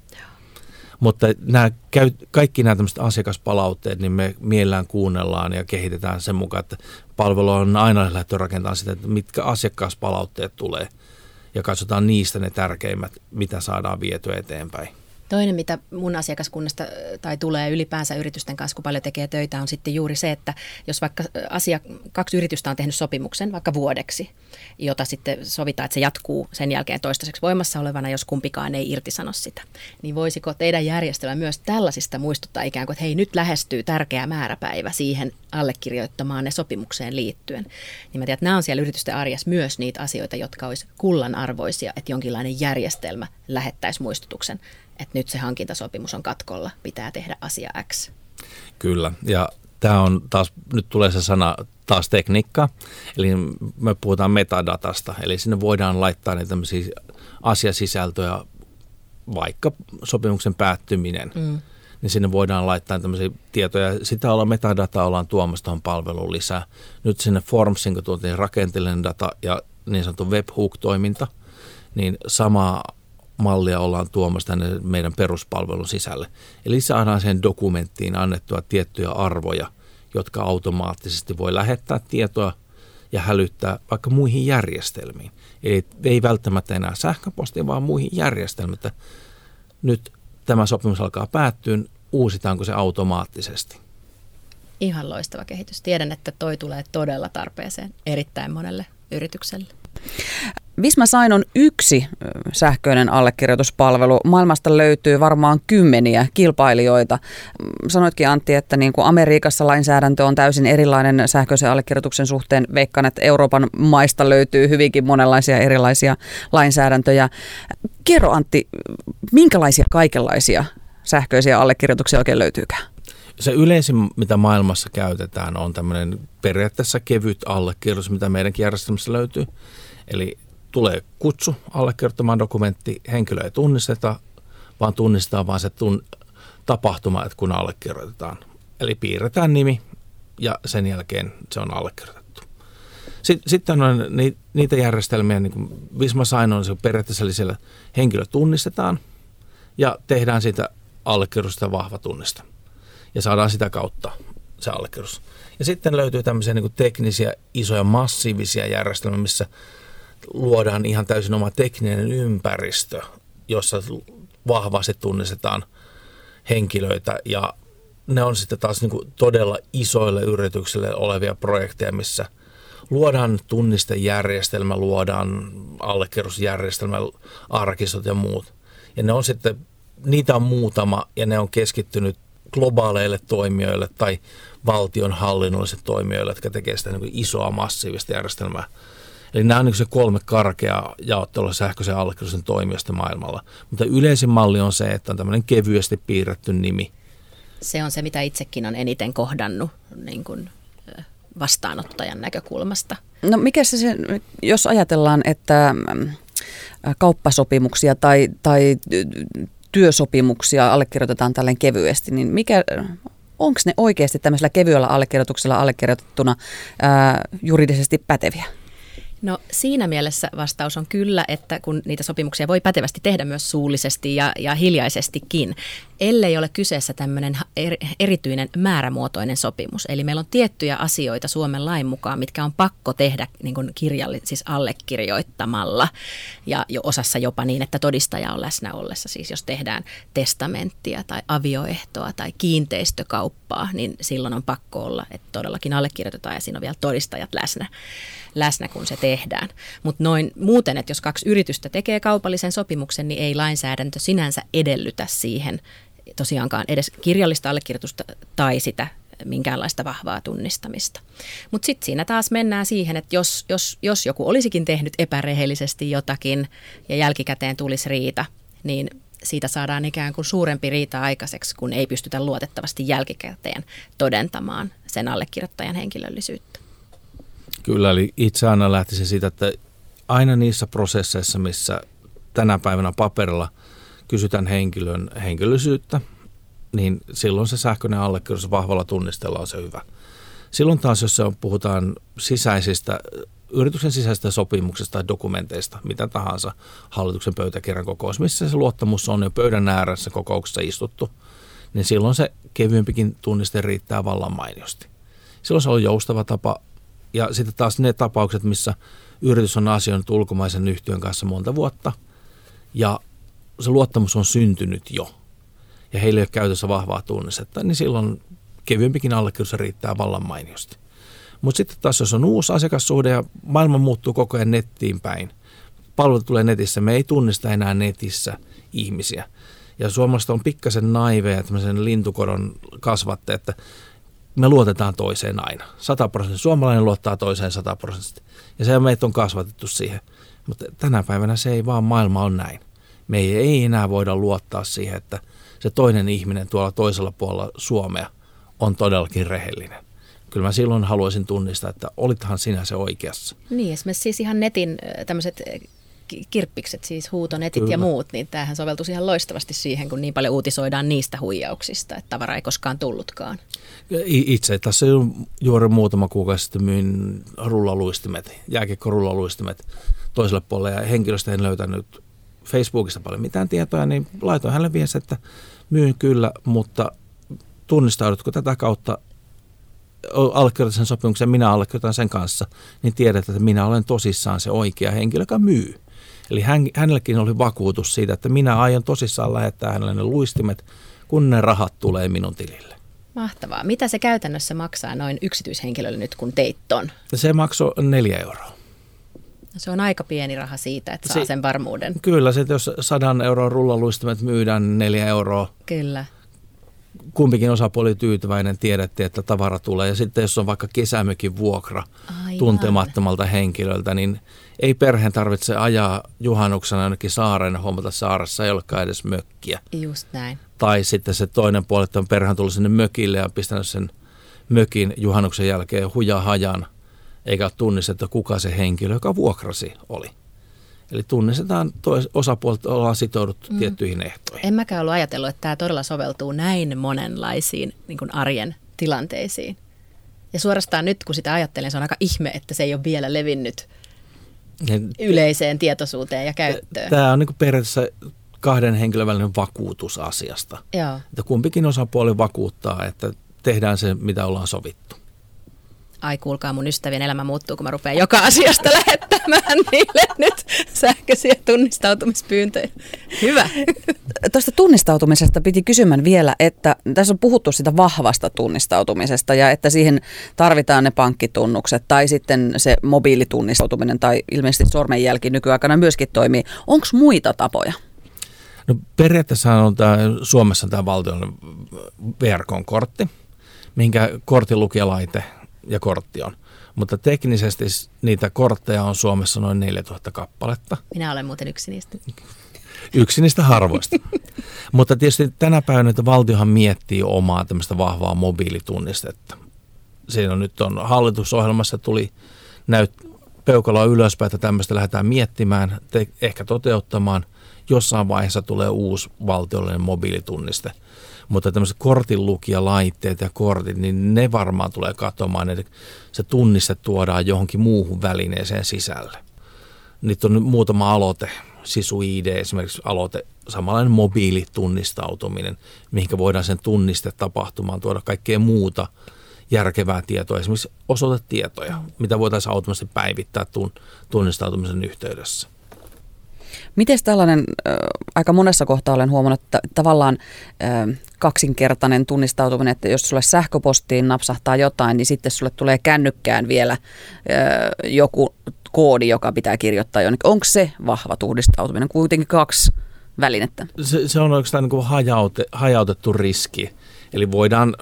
Mutta nämä, kaikki nämä tämmöiset asiakaspalautteet, niin me mielellään kuunnellaan ja kehitetään sen mukaan, että palvelu on aina lähdetty rakentamaan sitä, että mitkä asiakaspalautteet tulee. Ja katsotaan niistä ne tärkeimmät, mitä saadaan vietyä eteenpäin. Toinen, mitä mun asiakaskunnasta tai tulee ylipäänsä yritysten kanssa, kun paljon tekee töitä, on sitten juuri se, että jos vaikka asia, kaksi yritystä on tehnyt sopimuksen vaikka vuodeksi, jota sitten sovitaan, että se jatkuu sen jälkeen toistaiseksi voimassa olevana, jos kumpikaan ei irtisano sitä, niin voisiko teidän järjestelmä myös tällaisista muistuttaa ikään kuin, että hei, nyt lähestyy tärkeä määräpäivä siihen allekirjoittamaan ne sopimukseen liittyen. Niin mä tiedän, että nämä on siellä yritysten arjessa myös niitä asioita, jotka olisi kullanarvoisia, että jonkinlainen järjestelmä lähettäisi muistutuksen, että nyt se hankintasopimus on katkolla, pitää tehdä asia X. Kyllä, ja tämä on taas, nyt tulee se sana taas tekniikka, eli me puhutaan metadatasta, eli sinne voidaan laittaa niitä tämmöisiä asiasisältöjä, vaikka sopimuksen päättyminen, mm. niin sinne voidaan laittaa tämmöisiä tietoja. Sitä olla metadataa ollaan tuomassa tuohon palveluun lisää. Nyt sinne Formsin, kun tuotiin rakenteellinen data ja niin sanottu webhook-toiminta, niin samaa mallia ollaan tuomassa tänne meidän peruspalvelun sisälle. Eli saadaan sen dokumenttiin annettua tiettyjä arvoja, jotka automaattisesti voi lähettää tietoa ja hälyttää vaikka muihin järjestelmiin. Eli ei välttämättä enää sähköpostiin, vaan muihin järjestelmiin. Nyt tämä sopimus alkaa päättyä, uusitaanko se automaattisesti? Ihan loistava kehitys. Tiedän, että toi tulee todella tarpeeseen erittäin monelle yritykselle. Visma-Sign on yksi sähköinen allekirjoituspalvelu. Maailmasta löytyy varmaan kymmeniä kilpailijoita. Sanoitkin, Antti, että niin kuin Amerikassa lainsäädäntö on täysin erilainen sähköisen allekirjoituksen suhteen. Veikkaan, että Euroopan maista löytyy hyvinkin monenlaisia erilaisia lainsäädäntöjä. Kerro, Antti, minkälaisia kaikenlaisia sähköisiä allekirjoituksia oikein löytyykään? Se yleisin, mitä maailmassa käytetään, on tämmöinen periaatteessa kevyt allekirjoitus, mitä meidänkin järjestelmässä löytyy. Eli tulee kutsu allekirjoittamaan dokumentti, henkilö ei tunnisteta, vaan tunnistetaan vaan se tun- tapahtuma, että kun allekirjoitetaan. Eli piirretään nimi ja sen jälkeen se on allekirjoitettu. Sitten on niitä järjestelmiä, niin kuin Visma-Sign on se periaatteessa, eli siellä henkilö tunnistetaan ja tehdään siitä allekirjoitusta vahva tunniste. Ja saadaan sitä kautta se allekirjoitus. Ja sitten löytyy tämmöisiä niin kuin teknisiä, isoja, massiivisia järjestelmiä, missä luodaan ihan täysin oma tekninen ympäristö, jossa vahvasti tunnistetaan henkilöitä. Ja ne on sitten taas niin kuin todella isoille yrityksille olevia projekteja, missä luodaan tunnistejärjestelmä, luodaan allekirjoitusjärjestelmä, arkistot ja muut. Ja ne on sitten, niitä on muutama ja ne on keskittynyt globaaleille toimijoille tai valtion hallinnollisille toimijoille, jotka tekevät sitä niin isoa massiivista järjestelmää. Eli nämä on niin se kolme karkeaa jaottelua sähköisen allekirjoituksen toimijoista maailmalla. Mutta yleisin malli on se, että on tämmöinen kevyesti piirretty nimi. Se on se, mitä itsekin on eniten kohdannut niin kuin vastaanottajan näkökulmasta. No mikä se, se jos ajatellaan, että kauppasopimuksia tai, tai työsopimuksia allekirjoitetaan tälleen kevyesti, niin mikä, onko ne oikeasti tämmöisellä kevyellä allekirjoituksella allekirjoitettuna ää, juridisesti päteviä? No siinä mielessä vastaus on kyllä, että kun niitä sopimuksia voi pätevästi tehdä myös suullisesti ja, ja hiljaisestikin, ellei ole kyseessä tämmöinen er, erityinen määrämuotoinen sopimus. Eli meillä on tiettyjä asioita Suomen lain mukaan, mitkä on pakko tehdä niin kuin kirjallis, siis allekirjoittamalla ja jo osassa jopa niin, että todistaja on läsnä ollessa. Siis jos tehdään testamenttia tai avioehtoa tai kiinteistökauppaa, niin silloin on pakko olla, että todellakin allekirjoitetaan ja siinä on vielä todistajat läsnä. läsnä, kun se tehdään. Mutta noin muuten, että jos kaksi yritystä tekee kaupallisen sopimuksen, niin ei lainsäädäntö sinänsä edellytä siihen tosiaankaan edes kirjallista allekirjoitusta tai sitä minkäänlaista vahvaa tunnistamista. Mutta sitten siinä taas mennään siihen, että jos, jos, jos joku olisikin tehnyt epärehellisesti jotakin ja jälkikäteen tulisi riita, niin siitä saadaan ikään kuin suurempi riita aikaiseksi, kun ei pystytä luotettavasti jälkikäteen todentamaan sen allekirjoittajan henkilöllisyyttä. Kyllä, eli itse aina lähtisin siitä, että aina niissä prosesseissa, missä tänä päivänä paperilla kysytään henkilön henkilöllisyyttä, niin silloin se sähköinen allekirjoitus vahvalla tunnisteella on se hyvä. Silloin taas, jos puhutaan sisäisistä, yrityksen sisäisistä sopimuksista tai dokumenteista, mitä tahansa, hallituksen pöytäkirjan kokous, missä se luottamus on jo pöydän ääressä kokouksessa istuttu, niin silloin se kevyempikin tunniste riittää vallan mainiosti. Silloin se on joustava tapa. Ja sitten taas ne tapaukset, missä yritys on asioinut ulkomaisen yhtiön kanssa monta vuotta ja se luottamus on syntynyt jo ja heillä ei ole käytössä vahvaa tunnistetta, niin silloin kevyempikin allekirjoitus riittää vallan mainiosti. Mutta sitten taas jos on uusi asiakassuhde ja maailma muuttuu koko ajan nettiin päin, palvelut tulee netissä, me ei tunnista enää netissä ihmisiä. Ja suomalaiset on pikkasen naiveja, tämmöisen lintukodon kasvatte, että me luotetaan toiseen aina. sata prosenttia. Suomalainen luottaa toiseen sata prosenttia. Ja se meitä on kasvatettu siihen. Mutta tänä päivänä se ei vaan, maailma on näin. Me ei enää voida luottaa siihen, että se toinen ihminen tuolla toisella puolella Suomea on todellakin rehellinen. Kyllä mä silloin haluaisin tunnistaa, että olithan sinä se oikeassa. Niin, esimerkiksi siis ihan netin tämmöiset kirppikset, siis huutonetit Kyllä. ja muut, niin tämähän soveltuisi ihan loistavasti siihen, kun niin paljon uutisoidaan niistä huijauksista, että tavara ei koskaan tullutkaan. Itse tässä juuri muutama kuukausi sitten myin rullaluistimet, jääkiekko-rullaluistimet toiselle puolelle ja henkilöstä en löytänyt Facebookista paljon mitään tietoa, niin laitoin hänelle viesti, että myyn kyllä, mutta tunnistaudutko tätä kautta, allekirjoitan sen sopimuksen, minä allekirjoitan sen kanssa, niin tiedät, että minä olen tosissaan se oikea henkilö, joka myy. Eli hän, hänellekin oli vakuutus siitä, että minä aion tosissaan lähettää hänelle ne luistimet, kun ne rahat tulee minun tilille. Mahtavaa. Mitä se käytännössä maksaa noin yksityishenkilölle nyt, kun teit ton? Se maksoi neljä euroa. No se on aika pieni raha siitä, että saa se, sen varmuuden. Kyllä, se, jos sadan euroa rullaluistimet myydään neljä euroa. Kyllä. Kumpikin osapuoli tyytyväinen, tiedettiin, että tavara tulee. Ja sitten jos on vaikka kesämökin vuokra Aivan. tuntemattomalta henkilöltä, niin ei perheen tarvitse ajaa juhannuksena jonnekin saareen, huomata saaressa ei olekaan edes mökkiä. Just näin. Tai sitten se toinen puoli, että on perheen tullut sinne mökille ja pistänyt sen mökin juhannuksen jälkeen hujaa hajan, eikä ole tunnistettu, kuka se henkilö, joka vuokrasi, oli. Eli tunnistetaan, tois, osapuolet ollaan sitouduttu mm. tiettyihin ehtoihin. En mäkään ollut ajatellut, että tämä todella soveltuu näin monenlaisiin niin kuin arjen tilanteisiin. Ja suorastaan nyt, kun sitä ajattelen, se on aika ihme, että se ei ole vielä levinnyt yleiseen tietoisuuteen ja käyttöön. Tämä on niin kuin periaatteessa kahden henkilön välinen vakuutus asiasta. Joo. Että kumpikin osapuoli vakuuttaa, että tehdään se, mitä ollaan sovittu. Ai kuulkaa, mun ystävien elämä muuttuu, kun mä rupean joka asiasta lähettämään niille nyt sähköisiä tunnistautumispyyntöjä. Hyvä. Tuosta tunnistautumisesta piti kysymään vielä, että tässä on puhuttu sitä vahvasta tunnistautumisesta ja että siihen tarvitaan ne pankkitunnukset tai sitten se mobiilitunnistautuminen tai ilmeisesti sormenjälki nykyaikana myöskin toimii. Onko muita tapoja? No periaatteessa on tämä, Suomessa tämä valtion verkon kortti, minkä kortinlukijalaite ja kortti on. Mutta teknisesti niitä kortteja on Suomessa noin neljätuhatta kappaletta. Minä olen muuten yksi niistä. Yksi niistä harvoista. Mutta tietysti tänä päivänä että valtiohan miettii omaa tämmöistä vahvaa mobiilitunnistetta. Siinä on nyt on hallitusohjelmassa tuli näyt, peukaloa ylöspäin, että tämmöistä lähdetään miettimään, te, ehkä toteuttamaan. jossain vaiheessa tulee uusi valtiollinen mobiilitunniste. Mutta tämmöiset kortinlukijalaitteet ja kortit, niin ne varmaan tulee katoamaan, että se tunniste tuodaan johonkin muuhun välineeseen sisälle. Nyt on muutama aloite, Sisu I D esimerkiksi aloite, samanlainen mobiilitunnistautuminen, mihinkä voidaan sen tunniste tapahtumaan, tuoda kaikkea muuta järkevää tietoa, esimerkiksi osoitetietoja, mitä voitaisiin automaattisesti päivittää tunnistautumisen yhteydessä. Miten tällainen, äh, aika monessa kohtaa olen huomannut, että tavallaan äh, kaksinkertainen tunnistautuminen, että jos sulle sähköpostiin napsahtaa jotain, niin sitten sulle tulee kännykkään vielä äh, joku koodi, joka pitää kirjoittaa jonnekin. Onko se vahva tunnistautuminen? Kuitenkin kaksi välinettä. Se, se on oikeastaan niin kuin hajaute, hajautettu riski. Eli voidaan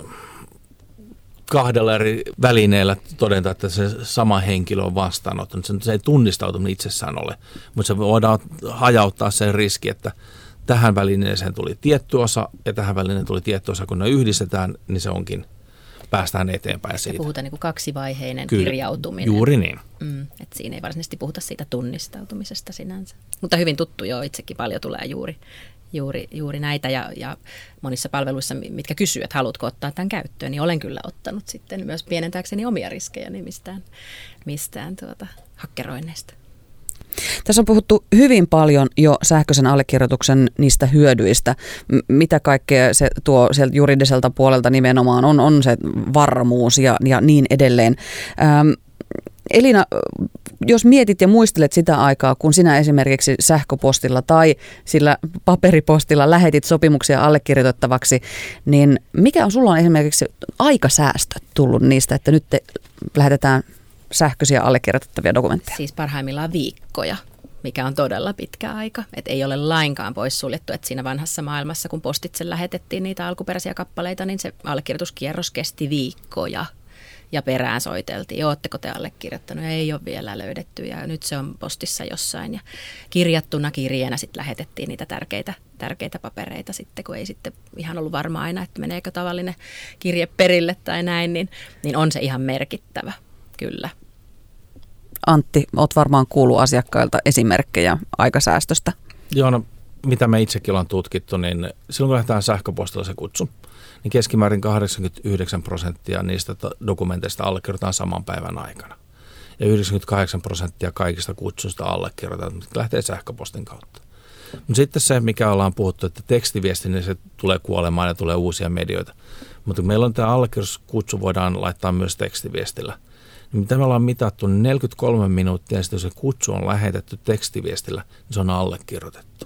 kahdella eri välineellä todeta, että se sama henkilö on vastaanottanut. Se ei tunnistautuminen itsessään ole, mutta se voidaan hajauttaa sen riski, että tähän välineeseen tuli tietty osa ja tähän välineeseen tuli tietty osa. Kun ne yhdistetään, niin se onkin, päästään eteenpäin siitä. Puhutaan niin kuin kaksivaiheinen Kyllä, kirjautuminen. Juuri niin. Mm, että siinä ei varsinaisesti puhuta siitä tunnistautumisesta sinänsä. Mutta hyvin tuttu jo, itsekin paljon tulee juuri. Juuri, juuri näitä ja, ja monissa palveluissa, mitkä kysyy, että haluatko ottaa tämän käyttöön, niin olen kyllä ottanut sitten myös pienentääkseni omia riskejä niin mistään, mistään tuota, hakkeroinneista. Tässä on puhuttu hyvin paljon jo sähköisen allekirjoituksen niistä hyödyistä. Mitä kaikkea se tuo sieltä juridiselta puolelta nimenomaan on, on se varmuus ja, ja niin edelleen. Ähm, Elina, jos mietit ja muistelet sitä aikaa, kun sinä esimerkiksi sähköpostilla tai sillä paperipostilla lähetit sopimuksia allekirjoitettavaksi, niin mikä on sulla on esimerkiksi aikasäästö tullut niistä, että nyt te lähetetään sähköisiä allekirjoitettavia dokumentteja? Siis parhaimmillaan viikkoja, mikä on todella pitkä aika. Et ei ole lainkaan poissuljettu, että siinä vanhassa maailmassa, kun postitse lähetettiin niitä alkuperäisiä kappaleita, niin se allekirjoituskierros kesti viikkoja. Ja perään soiteltiin, ootteko te allekirjoittanut, ei ole vielä löydetty ja nyt se on postissa jossain. Ja kirjattuna kirjeenä sitten lähetettiin niitä tärkeitä, tärkeitä papereita sitten, kun ei sitten ihan ollut varma aina, että meneekö tavallinen kirje perille tai näin, niin, niin on se ihan merkittävä, kyllä. Antti, olet varmaan kuullut asiakkailta esimerkkejä aikasäästöstä. Joo, no mitä me itsekin ollaan tutkittu, niin silloin kun lähdetään sähköpostilla se kutsu, niin keskimäärin kahdeksankymmentäyhdeksän prosenttia niistä dokumenteista allekirjoitetaan saman päivän aikana. Ja yhdeksänkymmentäkahdeksan prosenttia kaikista kutsuista allekirjoitetaan, mitkä lähtee sähköpostin kautta. Mutta sitten se, mikä ollaan puhuttu, että tekstiviesti, niin se tulee kuolemaan ja tulee uusia medioita. Mutta meillä on tämä allekirjoituskutsu, voidaan laittaa myös tekstiviestillä. Niin mitä me ollaan mitattu, niin neljäkymmentäkolme minuuttia sitten, jos se kutsu on lähetetty tekstiviestillä, niin se on allekirjoitettu.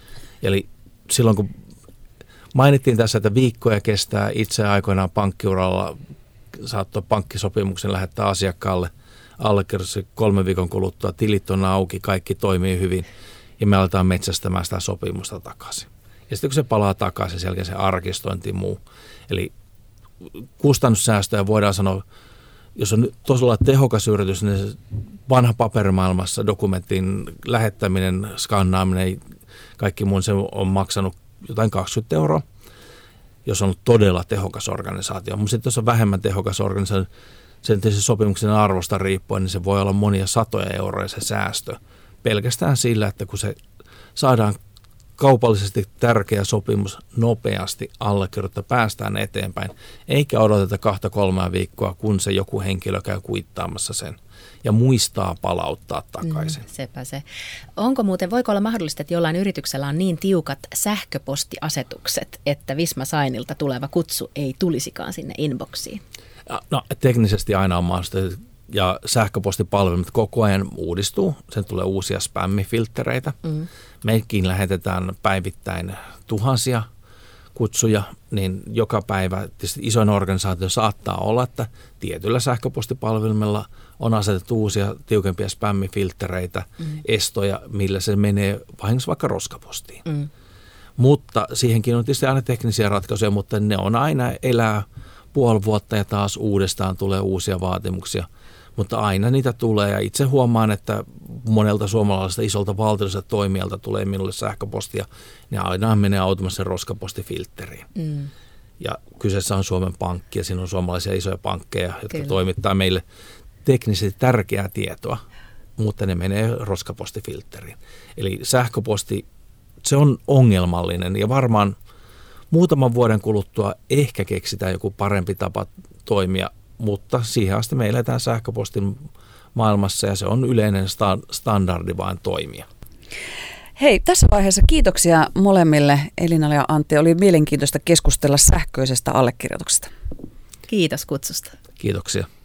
Eli silloin kun mainittiin tässä, että viikkoja kestää itse aikoinaan pankkiuralla, saattoi pankkisopimuksen lähettää asiakkaalle allekirjoitus kolmen viikon kuluttua, tilit on auki, kaikki toimii hyvin ja me aletaan metsästämään sitä sopimusta takaisin. Ja sitten kun se palaa takaisin, sen jälkeen se arkistointi muu. Eli kustannussäästöjä voidaan sanoa, jos on tosiaan tehokas yritys, niin vanha paperimaailmassa dokumentin lähettäminen, skannaaminen, kaikki muun se on maksanut jotain kaksikymmentä euroa, jos on ollut todella tehokas organisaatio. Mutta sitten jos on vähemmän tehokas organisaatio, sen sopimuksen arvosta riippuen, niin se voi olla monia satoja euroja se säästö. Pelkästään sillä, että kun se saadaan kaupallisesti tärkeä sopimus nopeasti allekirjoittaa, päästään eteenpäin, eikä odoteta kahta kolmea viikkoa, kun se joku henkilö käy kuittaamassa sen ja muistaa palauttaa takaisin. Mm, sepä se. Onko muuten, voiko olla mahdollista, että jollain yrityksellä on niin tiukat sähköpostiasetukset, että Visma Signilta tuleva kutsu ei tulisikaan sinne inboxiin? No teknisesti aina on mahdollista, ja sähköpostipalvelut koko ajan uudistuu. Sen tulee uusia spämmifilttereitä. Mm. Mekin lähetetään päivittäin tuhansia kutsuja, niin joka päivä tietysti isoin organisaatio saattaa olla, että tietyllä sähköpostipalvelimella on asetettu uusia tiukempia spämmifilttereitä, mm. estoja, millä se menee vahingossa vaikka roskapostiin. Mm. Mutta siihenkin on tietysti aina teknisiä ratkaisuja, mutta ne on aina elää puoli vuotta ja taas uudestaan tulee uusia vaatimuksia. Mutta aina niitä tulee ja itse huomaan, että monelta suomalaiselta isolta valtiolliselta toimijalta tulee minulle sähköpostia. Ne aina menee automaattisen roskapostifiltteriin. Mm. Ja kyseessä on Suomen Pankki ja siinä on suomalaisia isoja pankkeja, jotka Kyllä. toimittaa meille teknisesti tärkeää tietoa, mutta ne menee roskapostifiltteriin. Eli sähköposti se on ongelmallinen ja varmaan muutaman vuoden kuluttua ehkä keksitään joku parempi tapa toimia, mutta siihen asti me eletään sähköpostin maailmassa ja se on yleinen sta- standardi vain toimia. Hei, tässä vaiheessa kiitoksia molemmille. Elina ja Antti, oli mielenkiintoista keskustella sähköisestä allekirjoituksesta. Kiitos kutsusta. Kiitoksia.